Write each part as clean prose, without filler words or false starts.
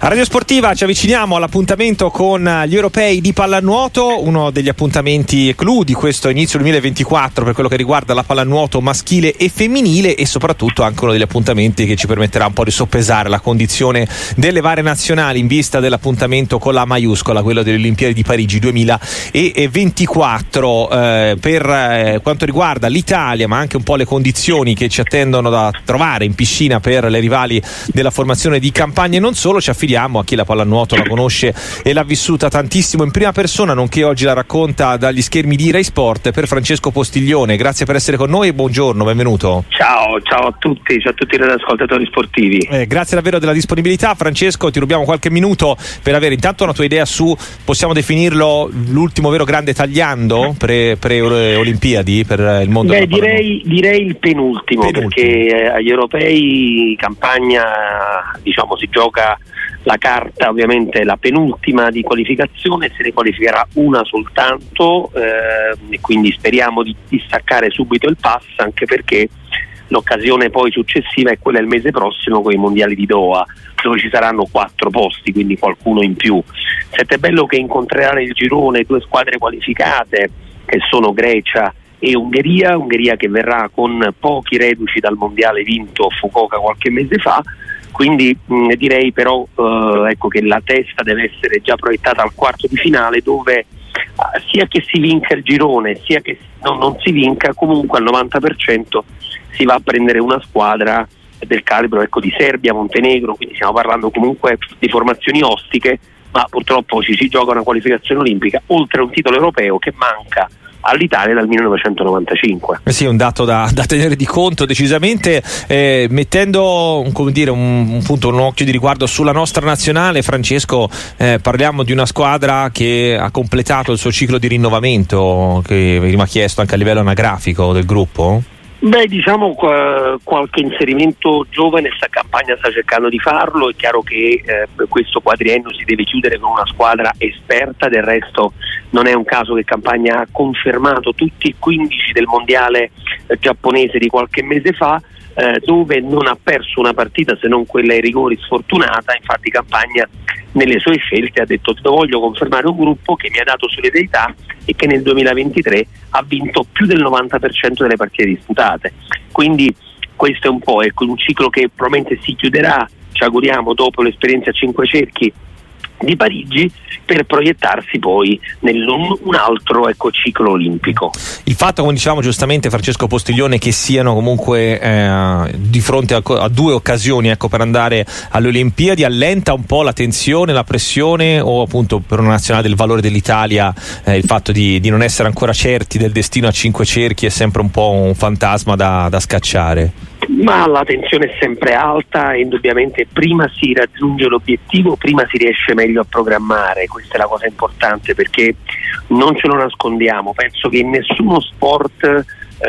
A Radio Sportiva ci avviciniamo all'appuntamento con gli europei di pallanuoto, uno degli appuntamenti clou di questo inizio 2024 per quello che riguarda la pallanuoto maschile e femminile, e soprattutto anche uno degli appuntamenti che ci permetterà un po' di soppesare la condizione delle varie nazionali in vista dell'appuntamento con la maiuscola, quello delle Olimpiadi di Parigi 2024. Per quanto riguarda l'Italia, ma anche un po' le condizioni che ci attendono da trovare in piscina per le rivali della formazione di Campagna e non solo, ci affidiamo a chi la pallanuoto la conosce e l'ha vissuta tantissimo in prima persona, nonché oggi la racconta dagli schermi di Rai Sport, per Francesco Postiglione. Grazie per essere con noi e buongiorno, benvenuto. Ciao a tutti i radioascoltatori sportivi. Grazie davvero della disponibilità. Francesco, ti rubiamo qualche minuto per avere intanto una tua idea su, possiamo definirlo l'ultimo vero grande tagliando pre-Olimpiadi per il mondo della pallanuoto? Direi il penultimo. Perché agli europei Campagna si gioca la carta, ovviamente la penultima di qualificazione, se ne qualificherà una soltanto, e quindi speriamo di staccare subito il pass, anche perché l'occasione poi successiva è quella il mese prossimo con i mondiali di Doha, dove ci saranno 4 posti, quindi qualcuno in più. È bello che incontrerà nel girone 2 squadre qualificate, che sono Grecia e Ungheria che verrà con pochi reduci dal mondiale vinto a Fukuoka qualche mese fa. Quindi direi però che la testa deve essere già proiettata al quarto di finale, dove sia che si vinca il girone sia che non si vinca, comunque al 90% si va a prendere una squadra del calibro di Serbia, Montenegro, quindi stiamo parlando comunque di formazioni ostiche, ma purtroppo ci si gioca una qualificazione olimpica oltre a un titolo europeo che manca all'Italia dal 1995. Sì, è un dato da tenere di conto decisamente, mettendo un occhio di riguardo sulla nostra nazionale. Francesco, parliamo di una squadra che ha completato il suo ciclo di rinnovamento, che veniva chiesto anche a livello anagrafico del gruppo? Qualche inserimento giovane Campagna sta cercando di farlo. È chiaro che questo quadriennio si deve chiudere con una squadra esperta, del resto non è un caso che Campagna ha confermato tutti i 15 del mondiale giapponese di qualche mese fa, dove non ha perso una partita se non quella ai rigori sfortunata. Infatti Campagna nelle sue scelte ha detto: voglio confermare un gruppo che mi ha dato solidarietà e che nel 2023 ha vinto più del 90% delle partite disputate. Quindi questo è un po' un ciclo che probabilmente si chiuderà, ci auguriamo, dopo l'esperienza a 5 cerchi di Parigi, per proiettarsi poi un altro ciclo olimpico. Il fatto, come diciamo giustamente Francesco Postiglione, che siano comunque di fronte a 2 occasioni per andare alle Olimpiadi, allenta un po' la tensione, la pressione, o appunto per una nazionale del valore dell'Italia il fatto di non essere ancora certi del destino a 5 cerchi è sempre un po' un fantasma da scacciare? Ma la tensione è sempre alta e indubbiamente prima si raggiunge l'obiettivo, prima si riesce meglio a programmare. Questa è la cosa importante, perché non ce lo nascondiamo, penso che in nessuno sport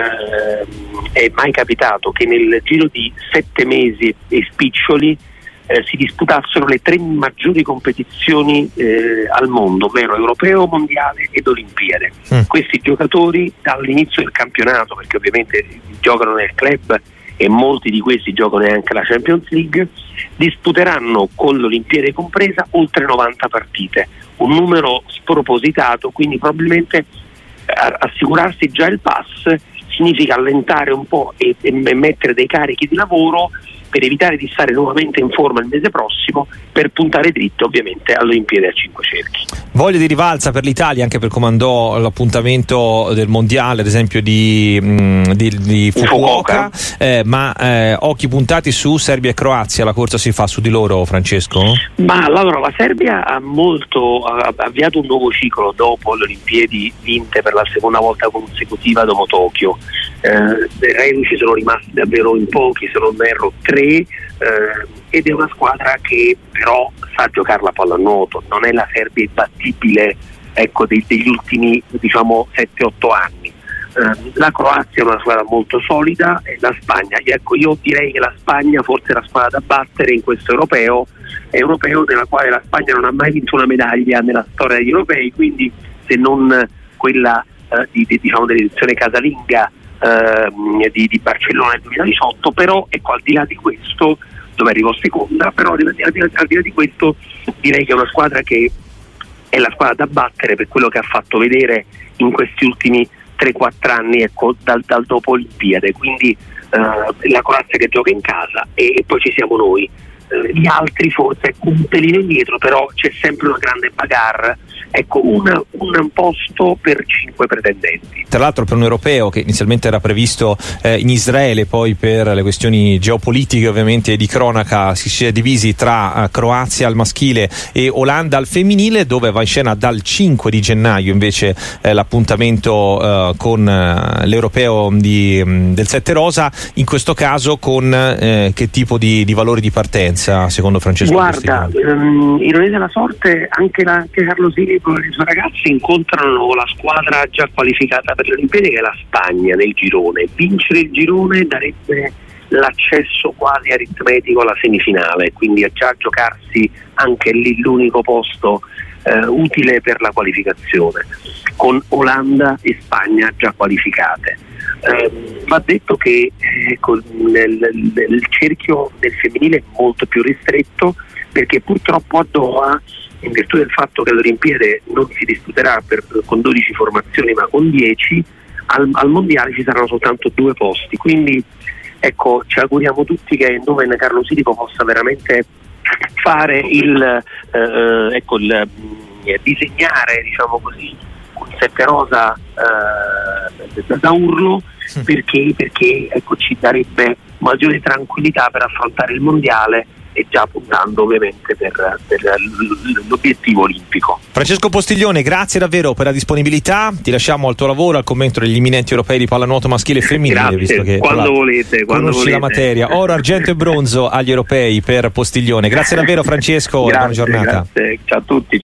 è mai capitato che nel giro di 7 mesi e spiccioli si disputassero le 3 maggiori competizioni al mondo, ovvero europeo, mondiale ed Olimpiade. Questi giocatori dall'inizio del campionato, perché ovviamente giocano nel club e molti di questi giocano anche la Champions League, disputeranno con l'Olimpiade compresa oltre 90 partite, un numero spropositato. Quindi probabilmente assicurarsi già il pass significa allentare un po' e mettere dei carichi di lavoro per evitare di stare nuovamente in forma il mese prossimo, per puntare dritto ovviamente all'Olimpiade a 5 cerchi. Voglia di rivalsa per l'Italia, anche per come andò l'appuntamento del mondiale, ad esempio di Fukuoka, ma occhi puntati su Serbia e Croazia. La corsa si fa su di loro, Francesco? Ma allora la Serbia ha avviato un nuovo ciclo dopo le Olimpiadi vinte per la seconda volta consecutiva dopo Tokyo. I reduci sono rimasti davvero in pochi, se non erro 3, ed è una squadra che però sa giocare la pallanuoto, non è la Serbia imbattibile degli ultimi 7-8 anni. La Croazia è una squadra molto solida, e la Spagna, io direi che la Spagna forse è la squadra da battere in questo europeo nella quale la Spagna non ha mai vinto una medaglia nella storia degli europei, quindi se non quella dell'edizione casalinga di Barcellona nel 2018, però al di là di questo dove arrivò seconda, però al di là di questo direi che è una squadra che è la squadra da battere per quello che ha fatto vedere in questi ultimi 3-4 anni, ecco, dal dopo Olimpiade, quindi la Croazia che gioca in casa e poi ci siamo noi. Gli altri forse un pelino indietro, però c'è sempre una grande bagarre, ecco, un posto per 5 pretendenti. Tra l'altro per un europeo che inizialmente era previsto in Israele, poi per le questioni geopolitiche ovviamente e di cronaca si è divisi tra Croazia al maschile e Olanda al femminile, dove va in scena dal 5 di gennaio invece l'appuntamento con l'europeo del 7 rosa, in questo caso con che tipo di valori di partenza secondo Francesco? Guarda, ironia della sorte, anche Carlo Sirico e le sue ragazze incontrano la squadra già qualificata per le Olimpiadi, che è la Spagna, nel girone. Vincere il girone darebbe l'accesso quasi aritmetico alla semifinale, quindi a già giocarsi anche lì l'unico posto utile per la qualificazione, con Olanda e Spagna già qualificate. Va detto che il cerchio del femminile è molto più ristretto, perché purtroppo a Doha, in virtù del fatto che l'Olimpiade non si disputerà con 12 formazioni ma con 10, al mondiale ci saranno soltanto 2 posti, quindi ecco, ci auguriamo tutti che il nome Carlo Sirico possa veramente fare disegnare, diciamo così, un 7 rosa da urlo, perché ecco, ci darebbe maggiore tranquillità per affrontare il mondiale, e già puntando ovviamente per l'obiettivo olimpico. Francesco Postiglione, grazie davvero per la disponibilità, ti lasciamo al tuo lavoro, al commento degli imminenti europei di pallanuoto maschile e femminile. Grazie, visto che quando volete, conosci la materia. Oro, argento e bronzo agli europei per Postiglione. Grazie davvero Francesco, grazie, buona giornata. Grazie, ciao a tutti.